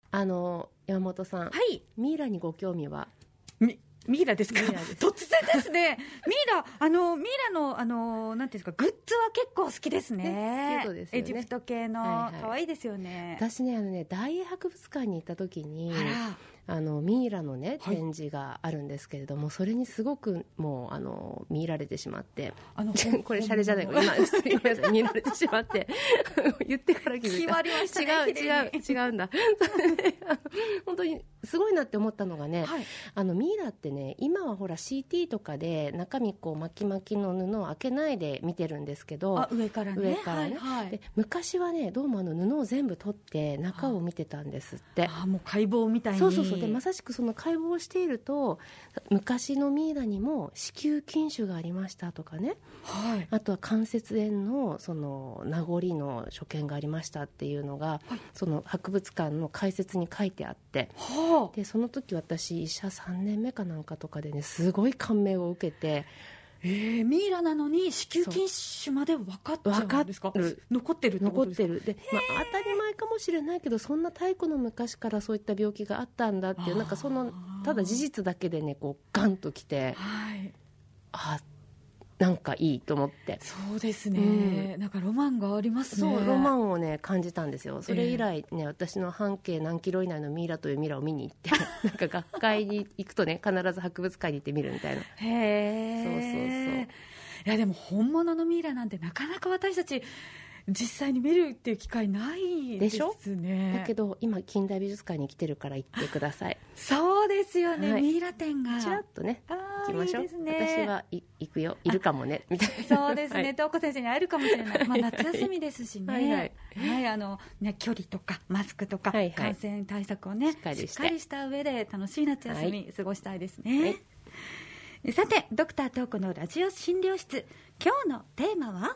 山本さん、 はい、 ミイラにご興味は？ ミイラですか？ ミイラです。 突然ですね。ミイラのなんていうんですか、グッズは結構好きですね。 キュートですよね。 エジプト系の可愛いですよね。 私ね、大英博物館に行った時に、 あら、 ミイラのねはい、 展示があるんですけれども、それにすごくもう見入られてしまって、これシャレじゃないか、今すいません、見入られてしまって言ってから気づいた。 決まりましたね。 違うんだ本当にすごいなって思ったのがね、 はい、 ミイラってね、今はほら CT とかで中身こう巻き巻きの布を開けないで見てるんですけど、 上からね、はいはい、 で昔はね、どうも布を全部取って中を見てたんですって。 もう解剖みたいに。 そうで、まさしくその解剖をしていると、昔のミイラにも子宮筋腫がありましたとかね、 はい、 あとは関節炎のその名残の所見がありましたっていうのが、はい、その博物館の解説に書いてあって、でその時私医者3年目かなんかとかでね、すごい感銘を受けて、 ミイラなのに子宮筋腫まで分かっちゃうんですか？残ってるってことですか？ 残ってる。で、当たり前かもしれないけど、そんな太古の昔からそういった病気があったんだっていう、なんかそのただ事実だけでね、こうガンときて、はい、なんかいいと思って。 そうですね、なんかロマンがありますね。 そう、ロマンをね感じたんですよ。それ以来ね、私の半径何キロ以内のミイラというミイラを見に行ってなんか学会に行くとね、必ず博物館に行って見るみたいな。そう。 いやでも本物のミイラなんてなかなか私たち実際に見るっていう機会ないですね。でしょ？ だけど今近代美術館に来てるから行ってください。 そうですよね、はい、ミイラ展がちらっとね行きましょう。いいですね、私は行くよ、いるかもねみたいな。そうですね、東子先生に会えるかもしれない、夏休みですしね、距離とかマスクとか、感染対策をねしっかりした上で楽しい夏休み過ごしたいですね、さてドクター東子のラジオ診療室、今日のテーマは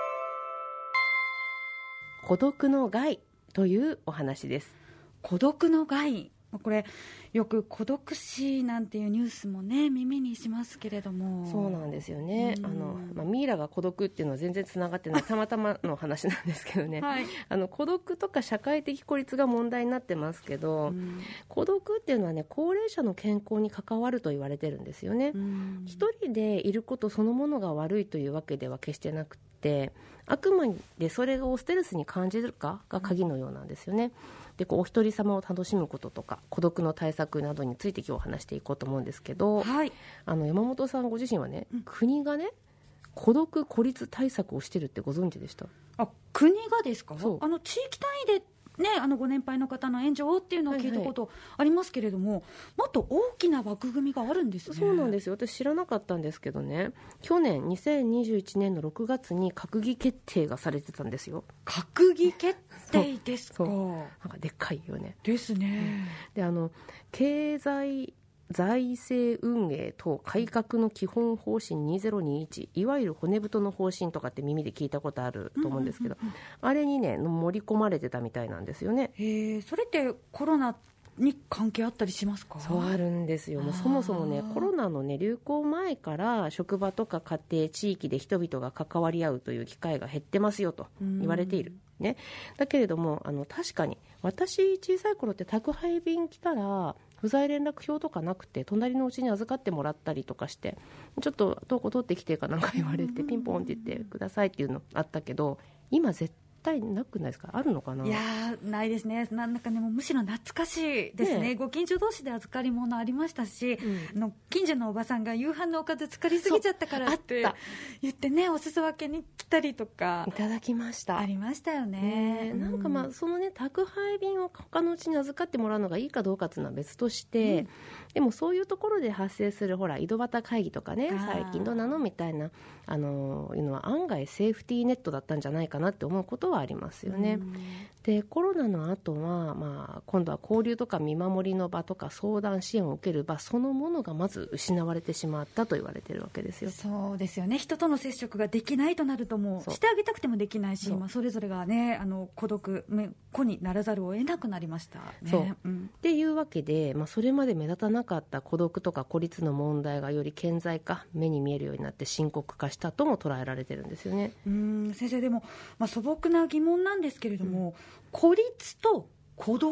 孤独の害というお話です。 孤独の害、これよく孤独死なんていうニュースもね耳にしますけれども。 そうなんですよね。ミイラが孤独っていうのは全然つながってない、たまたまの話なんですけどね、はい、孤独とか社会的孤立が問題になってますけど、孤独っていうのはね、高齢者の健康に関わると言われてるんですよね。一人でいることそのものが悪いというわけでは決してなくて、あくまでそれをストレスに感じるかが鍵のようなんですよね。でお一人様を楽しむこととか孤独の対策などについて今日話していこうと思うんですけど、はい、山本さんご自身はね、国がね孤独孤立対策をしてるってご存知でした？ 国がですか？地域単位でね、ご年配の方の援助をっていうのを聞いたことありますけれども、もっと大きな枠組みがあるんですね。 そうなんですよ。私知らなかったんですけどね、去年2021年の6月に閣議決定がされてたんですよ。 閣議決定ですか？ なんかでっかいよね。 ですね。 で経済財政運営等改革の基本方針2021、いわゆる骨太の方針とかって耳で聞いたことあると思うんですけど、あれにね盛り込まれてたみたいなんですよね。 それってコロナに関係あったりしますか？ そうあるんですよ。もうそもそもね、コロナのね流行前から職場とか家庭地域で人々が関わり合うという機会が減ってますよと言われているね。だけれども確かに私小さい頃って宅配便来たら不在連絡表とかなくて、隣のうちに預かってもらったりとかして、ちょっとどこ取ってきてかなんか言われてピンポンって言ってくださいっていうのあったけど、今絶対なくないですか？あるのかな？ いやないですね。なんかね、もうむしろ懐かしいですね。ご近所同士で預かり物ありましたし、近所のおばさんが夕飯のおかず疲れすぎちゃったからって言ってね、お裾分けに来たりとかいただきました。 ありましたよね。 なんかそのね宅配便を他のうちに預かってもらうのがいいかどうかっていうのは別として、でもそういうところで発生するほら井戸端会議とかね、最近どうなのみたいないうのは案外セーフティーネットだったんじゃないかなって思うことはありますよね。でコロナの後は、今度は交流とか見守りの場とか相談支援を受ける場そのものがまず失われてしまったと言われているわけですよ。 そうですよね。人との接触ができないとなるともうしてあげたくてもできないし、それぞれがね孤独子にならざるを得なくなりました、ね。 っていうわけで、それまで目立たなかった孤独とか孤立の問題がより顕在化、目に見えるようになって深刻化したとも捉えられてるんですよね。 先生でも、素朴な疑問なんですけれども、孤立と孤独っ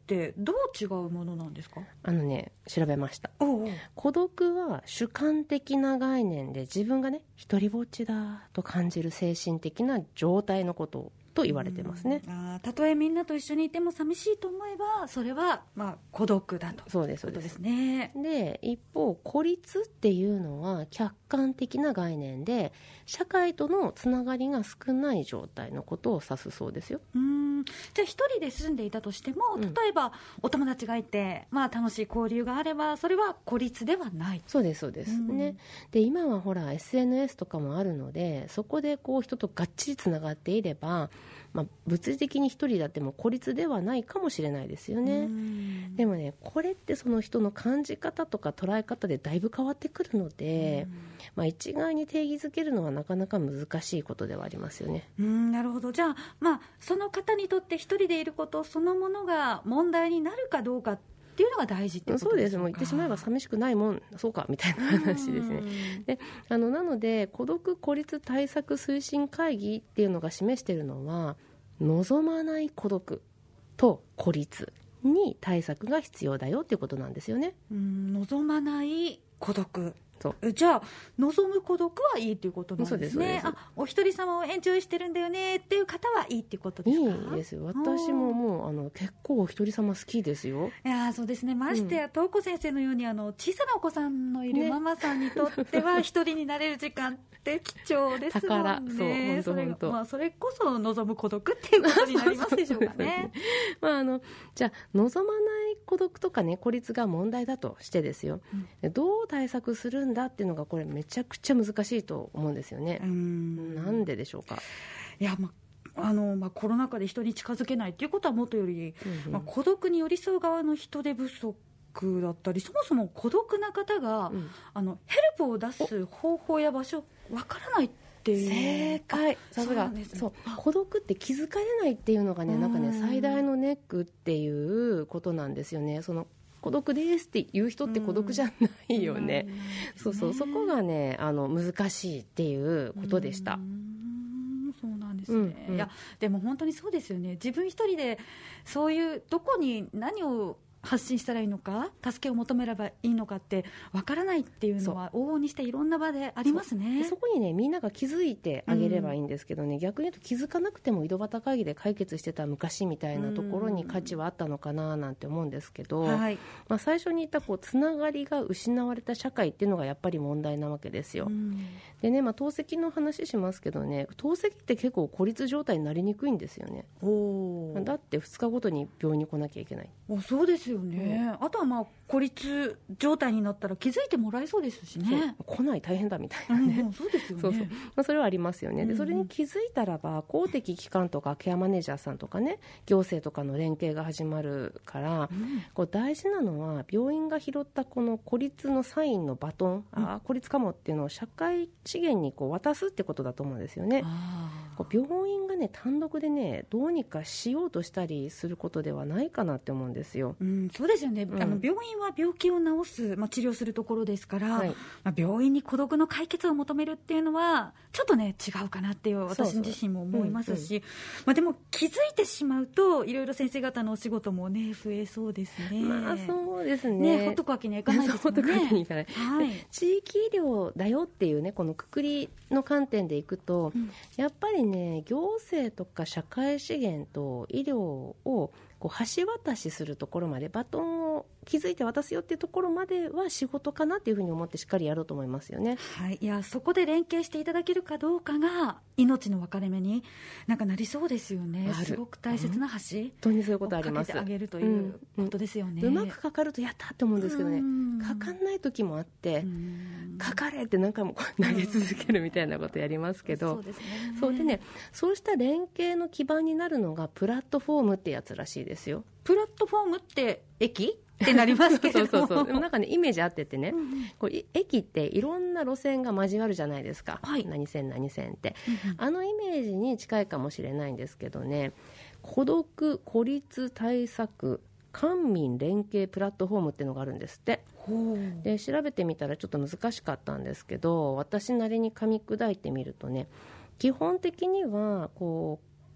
ってどう違うものなんですか？ 調べました。孤独は主観的な概念で、自分がね一人ぼっちだと感じる精神的な状態のことと言われてますね。 たとえみんなと一緒にいても寂しいと思えば、それは孤独だと。 そうですそうですね。で一方孤立っていうのは客観的な概念で、社会とのつながりが少ない状態のことを指すそうですよ。 じゃあ一人で住んでいたとしても、例えばお友達がいて、楽しい交流があれば、それは孤立ではない。 そうですそうです、ね。で今はほら SNS とかもあるので、そこで人とがっちりつながっていれば、物理的に一人だっても孤立ではないかもしれないですよね。でもね、これってその人の感じ方とか捉え方でだいぶ変わってくるので、一概に定義づけるのはなかなか難しいことではありますよね。 なるほど。じゃあ、その方にとって一人でいることそのものが問題になるかどうかっていうのが大事ってことですか？ そうです。もう言ってしまえば寂しくないもん、そうかみたいな話ですね。でなので孤独孤立対策推進会議っていうのが示しているのは、望まない孤独と孤立に対策が必要だよっていうことなんですよね。 望まない孤独、じゃあ望む孤独はいいっていうことなんですね。お一人様をエンジョイしてるんだよねっていう方はいいっていうことですか？ いいですよ。私ももう結構お一人様好きですよ。 いやそうですね。ましてや東子先生のように小さなお子さんのいるママさんにとっては、一人になれる時間って貴重ですもんね。それこそ望む孤独っていうことになりますでしょうかね。 じゃあ望まない孤独とかね、孤立が問題だとしてですよ、どう対策するんだっていうのがこれめちゃくちゃ難しいと思うんですよね。なんででしょうか？ いやコロナ禍で人に近づけないっていうことはもとより、孤独に寄り添う側の人手不足だったり、そもそも孤独な方が、ヘルプを出す方法や場所わからないっていう。 正解。さすが。孤独って気づかれないっていうのがね、最大のネックっていうことなんですよね。孤独ですって言う人って孤独じゃないよね。そこがね難しいっていうことでした。 そうなんですね。いやでも本当にそうですよね。自分一人でそういうどこに何を発信したらいいのか、助けを求めればいいのかってわからないっていうのは往々にしていろんな場でありますね。 そこにねみんなが気づいてあげればいいんですけどね、逆に言うと気づかなくても井戸端会議で解決してた昔みたいなところに価値はあったのかななんて思うんですけど、最初に言ったつながりが失われた社会っていうのがやっぱり問題なわけですよ。でね、透析の話しますけどね、透析って結構孤立状態になりにくいんですよね。だって2日ごとに病院に来なきゃいけない。 そうですよね。あとは孤立状態になったら気づいてもらえそうですしね。 来ない大変だみたいなね。 そうですよね。 それはありますよね。でそれに気づいたらば公的機関とかケアマネージャーさんとかね、行政とかの連携が始まるから、大事なのは病院が拾ったこの孤立のサインのバトン、孤立かもっていうのを社会資源に渡すってことだと思うんですよね。病院がね単独でねどうにかしようとしたりすることではないかなって思うんですよ。 そうですよね。病院は病気を治す、治療するところですから、病院に孤独の解決を求めるっていうのはちょっとね違うかなっていう私自身も思いますし、でも気づいてしまうといろいろ先生方のお仕事もね増えそうですね。 そうですね。 ほっとくわけにはいかないですもんね。 ほっとくわけにいかない。地域医療だよっていうねこのくくりの観点でいくと、やっぱりね行政とか社会資源と医療を橋渡しするところまで、バトンを気づいて渡すよっていうところまでは仕事かなっていうふうに思ってしっかりやろうと思いますよね。 いやそこで連携していただけるかどうかが命の分かれ目になりそうですよね。すごく大切な橋、 本当にそういうことあります。 かけてあげるということですよね。 うまくかかるとやったって思うんですけどね、かかんない時もあって、かかれって何回も投げ続けるみたいなことやりますけど、そうした連携の基盤になるのがプラットフォームってやつらしいですよ。 プラットフォームって駅ってなりますけどそうでもイメージあっててね、駅っていろんな路線が交わるじゃないですか、何線何線って、イメージに近いかもしれないんですけどね、孤独孤立対策官民連携プラットフォームっていうのがあるんですって。で調べてみたらちょっと難しかったんですけど、私なりに噛み砕いてみるとね、基本的には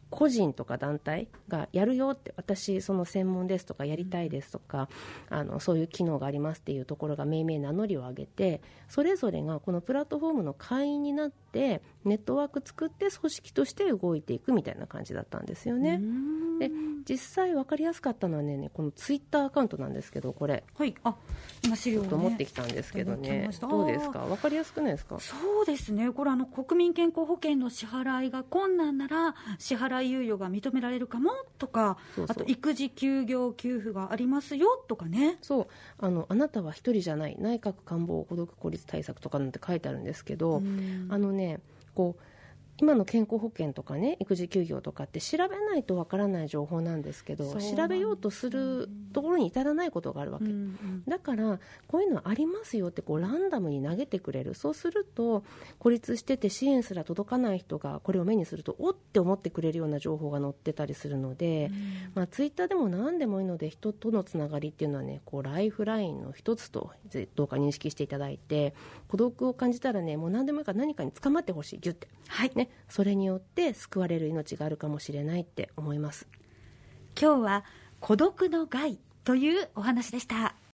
個人とか団体がやるよって、私その専門ですとかやりたいですとか、そういう機能がありますっていうところが命名名乗りを上げて、それぞれがこのプラットフォームの会員になってネットワーク作って組織として動いていくみたいな感じだったんですよね。で実際分かりやすかったのはね、このツイッターアカウントなんですけど、これ、 はい、今資料を、ね、 ちょっと持ってきたんですけどね、どうですか、分かりやすくないですか。 そうですね、これ国民健康保険の支払いが困難なら支払い猶予が認められるかもとか、あと育児休業給付がありますよとかね。 そう、あなたは一人じゃない、内閣官房孤独孤立対策とかなんて書いてあるんですけど、こう今の健康保険とかね、育児休業とかって調べないとわからない情報なんですけど、調べようとするところに至らないことがあるわけ、だからこういうのありますよってランダムに投げてくれる。そうすると孤立してて支援すら届かない人がこれを目にするとおって思ってくれるような情報が載ってたりするので、ツイッターでも何でもいいので、人とのつながりっていうのはね、ライフラインの一つとどうか認識していただいて、孤独を感じたらね、もう何でもいいから何かに捕まってほしい、ギュッて、 はいね、それによって救われる命があるかもしれないって思います。 今日は孤独の害というお話でした。